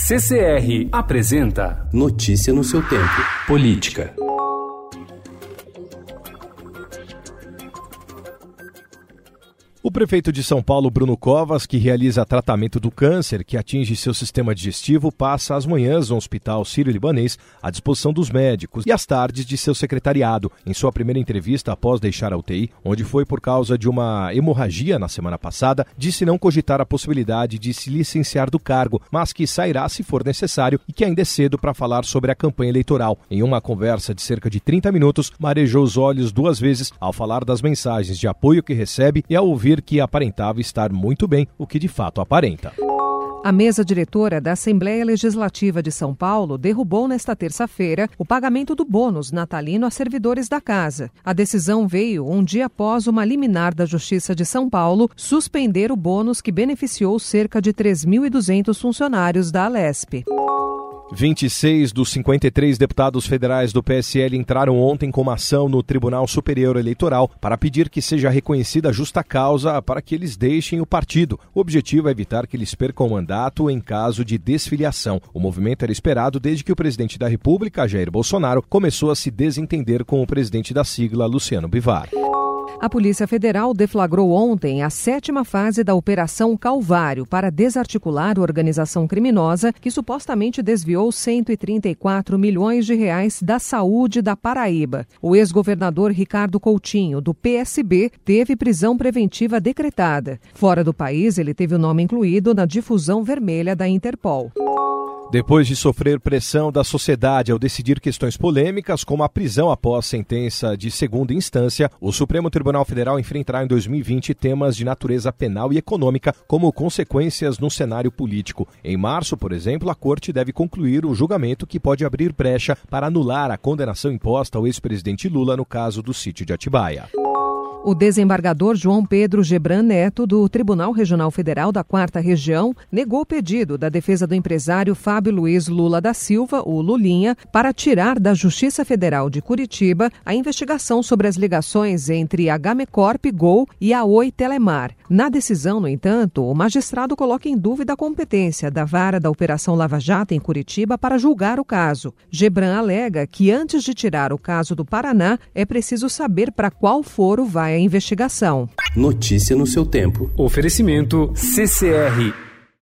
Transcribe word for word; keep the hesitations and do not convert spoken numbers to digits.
C C R apresenta Notícia no seu tempo. Política. O prefeito de São Paulo, Bruno Covas, que realiza tratamento do câncer que atinge seu sistema digestivo, passa as manhãs no Hospital Sírio-Libanês à disposição dos médicos e às tardes de seu secretariado. Em sua primeira entrevista após deixar a U T I, onde foi por causa de uma hemorragia na semana passada, disse não cogitar a possibilidade de se licenciar do cargo, mas que sairá se for necessário e que ainda é cedo para falar sobre a campanha eleitoral. Em uma conversa de cerca de trinta minutos, marejou os olhos duas vezes ao falar das mensagens de apoio que recebe e ao ouvir que aparentava estar muito bem, o que de fato aparenta. A mesa diretora da Assembleia Legislativa de São Paulo derrubou nesta terça-feira o pagamento do bônus natalino a servidores da casa. A decisão veio um dia após uma liminar da Justiça de São Paulo suspender o bônus que beneficiou cerca de três mil e duzentos funcionários da Alesp. vinte e seis dos cinquenta e três deputados federais do P S L entraram ontem com uma ação no Tribunal Superior Eleitoral para pedir que seja reconhecida a justa causa para que eles deixem o partido. O objetivo é evitar que eles percam o mandato em caso de desfiliação. O movimento era esperado desde que o presidente da República, Jair Bolsonaro, começou a se desentender com o presidente da sigla, Luciano Bivar. A Polícia Federal deflagrou ontem a sétima fase da Operação Calvário para desarticular a organização criminosa que supostamente desviou cento e trinta e quatro milhões de reais da saúde da Paraíba. O ex-governador Ricardo Coutinho, do P S B, teve prisão preventiva decretada. Fora do país, ele teve o nome incluído na difusão vermelha da Interpol. Depois de sofrer pressão da sociedade ao decidir questões polêmicas, como a prisão após sentença de segunda instância, o Supremo Tribunal Federal enfrentará em dois mil e vinte temas de natureza penal e econômica como consequências no cenário político. Em março, por exemplo, a Corte deve concluir o julgamento que pode abrir brecha para anular a condenação imposta ao ex-presidente Lula no caso do sítio de Atibaia. O desembargador João Pedro Gebran Neto, do Tribunal Regional Federal da Quarta Região, negou o pedido da defesa do empresário Fábio Luiz Lula da Silva, o Lulinha, para tirar da Justiça Federal de Curitiba a investigação sobre as ligações entre a Gamecorp Gol e a Oi Telemar. Na decisão, no entanto, o magistrado coloca em dúvida a competência da vara da Operação Lava Jato em Curitiba para julgar o caso. Gebran alega que antes de tirar o caso do Paraná, é preciso saber para qual foro vai a investigação. Notícia no seu tempo. Oferecimento C C R